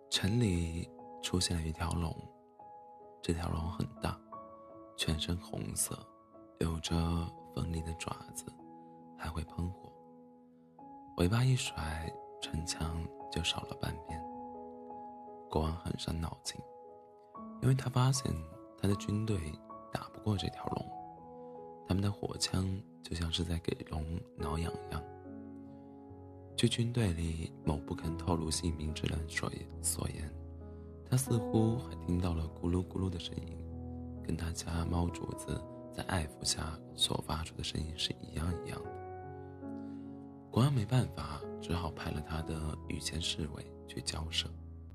城里出现了一条龙，这条龙很大，全身红色，有着锋利的爪子，还会喷火。尾巴一甩，城墙就少了半边。国王很伤脑筋，因为他发现他的军队打不过这条龙，他们的火枪就像是在给龙挠痒痒。据军队里某不肯透露姓名之人所言，他似乎还听到了咕噜咕噜的声音，跟他家猫主子在爱抚下所发出的声音是一样的。国王没办法，只好派了他的御前侍卫去交涉。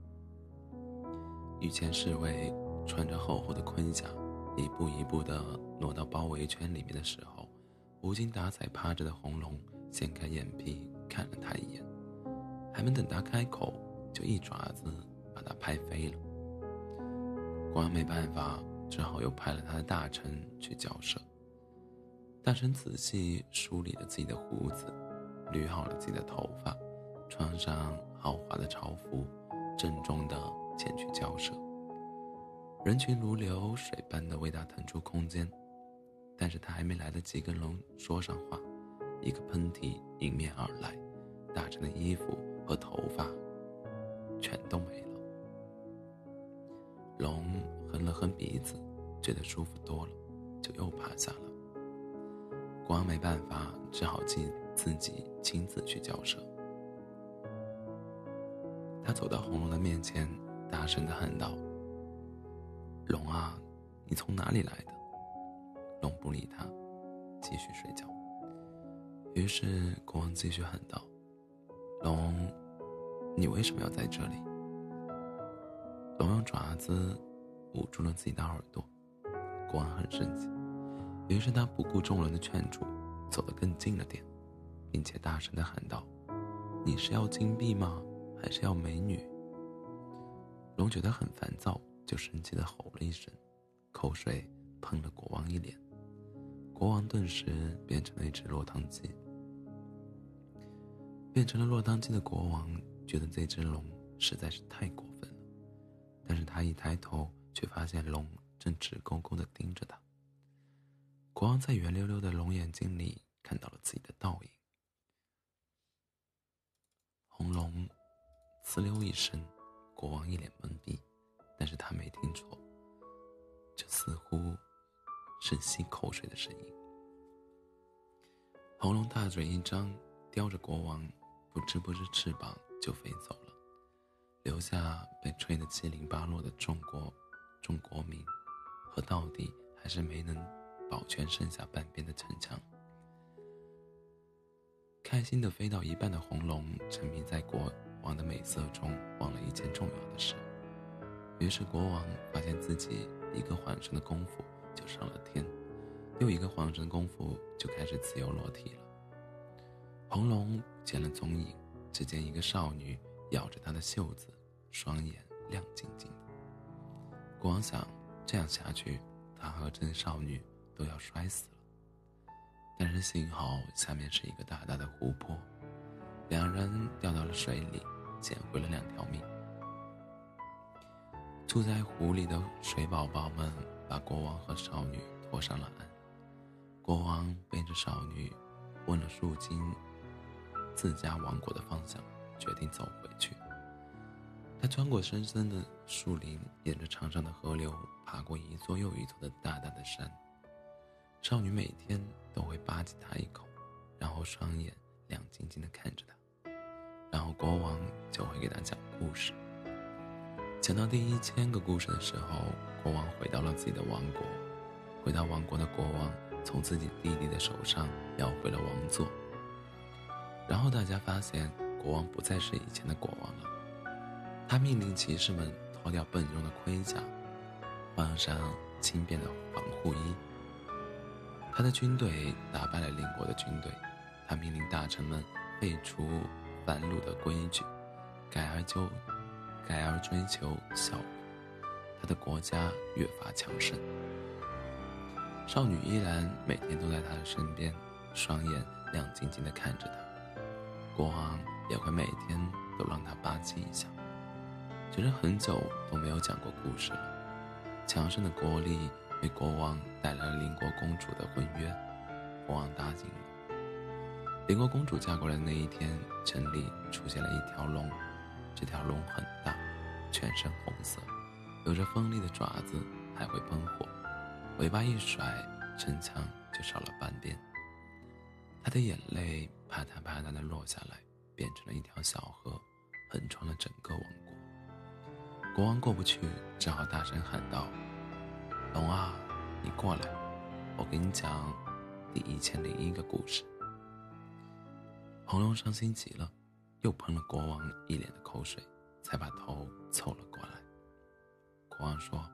御前侍卫穿着厚厚的盔甲，一步一步地挪到包围圈里面的时候，无精打采趴着的红龙掀开眼皮看了他一眼，还没等他开口，就一爪子把他拍飞了。国王没办法，只好又派了他的大臣去交涉。大臣仔细梳理了自己的胡子，捋好了自己的头发，穿上豪华的朝服，郑重地前去交涉。人群如流水般的为他腾出空间，但是他还没来得及跟龙说上话，一个喷嚏迎面而来，大臣的衣服和头发全都没了。龙哼了哼鼻子，觉得舒服多了，就又趴下了。国王没办法，只好自己亲自去交涉。他走到红龙的面前，大声地喊道：“龙啊，你从哪里来的？”龙不理他，继续睡觉。于是国王继续喊道：“龙，你为什么要在这里？”龙用爪子捂住了自己的耳朵。国王很生气，于是他不顾众人的劝阻，走得更近了点，并且大声地喊道：“你是要金币吗？还是要美女？”龙觉得很烦躁，就生气地吼了一声，口水喷了国王一脸。国王顿时变成了一只落汤鸡。变成了落汤鸡的国王觉得这只龙实在是太过分了，但是他一抬头，却发现龙正直勾勾地盯着他。国王在圆溜溜的龙眼睛里看到了自己的倒影。红龙呲溜一声，国王一脸懵逼，但是他没听错，这似乎是吸口水的声音。红龙大嘴一张，叼着国王，不知不知翅膀就飞走了，留下被吹得七零八落的众国民和到底还是没能保全剩下半边的城墙。开心地飞到一半的红龙沉迷在国王的美色中，忘了一件重要的事。于是国王发现自己一个晃神的功夫就上了天，又一个晃神功夫就开始自由落体了。红龙不见了踪影，只见一个少女咬着他的袖子，双眼亮晶晶的。国王想，这样下去他和这个少女都要摔死了。但是幸好下面是一个大大的湖泊，两人掉到了水里，捡回了2条命。住在湖里的水宝宝们把国王和少女拖上了岸。国王背着少女问了数经自家王国的方向，决定走回去。他穿过深深的树林，沿着长长的河流爬过一座又一座的大大的山。少女每天都会吧唧他一口，然后双眼亮晶晶地看着他，然后国王就会给他讲故事。讲到第1000个故事的时候，国王回到了自己的王国。回到王国的国王从自己弟弟的手上要回了王座。然后大家发现国王不再是以前的国王了。他命令骑士们脱掉笨重的盔甲，换上轻便的防护衣。他的军队打败了邻国的军队。他命令大臣们废除繁缛的规矩，改而追求效率。他的国家越发强盛。少女依然每天都在他的身边，双眼亮晶晶地看着他。国王也会每天都让他吧唧一下。 觉得很久都没有讲过故事了。强盛的国力为国王带来了邻国公主的婚约，国王答应了。邻国公主嫁过来的那一天，城里出现了一条龙，这条龙很大，全身红色，有着锋利的爪子，还会喷火，尾巴一甩，城墙就少了半边。她的眼泪啪嗒啪嗒地落下来，变成了一条小河，横穿了整个王国。国王过不去，只好大声喊道：龙啊，你过来，我给你讲第1001个故事。红龙伤心极了，又喷了国王一脸的口水，才把头凑了过来。国王说：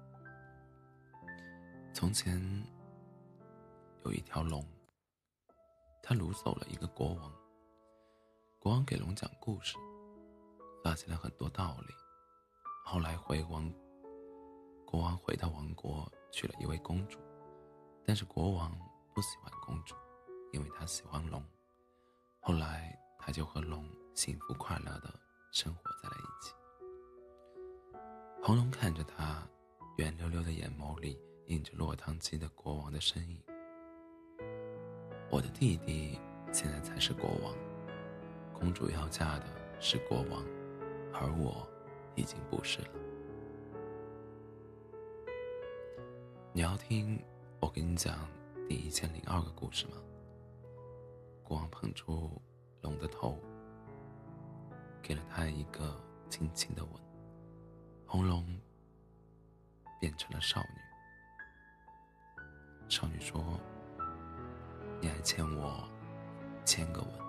从前有一条龙，它掳走了一个国王。国王给龙讲故事，发现了很多道理。后来国王回到王国，娶了一位公主，但是国王不喜欢公主，因为他喜欢龙。后来他就和龙幸福快乐地生活在了一起。红龙看着他，圆溜溜的眼眸里映着落汤鸡的国王的身影。我的弟弟现在才是国王，公主要嫁的是国王，而我已经不是了。你要听我给你讲第1002个故事吗？国王捧住龙的头，给了他一个轻轻的吻。红龙变成了少女。少女说：你还欠我1000个吻。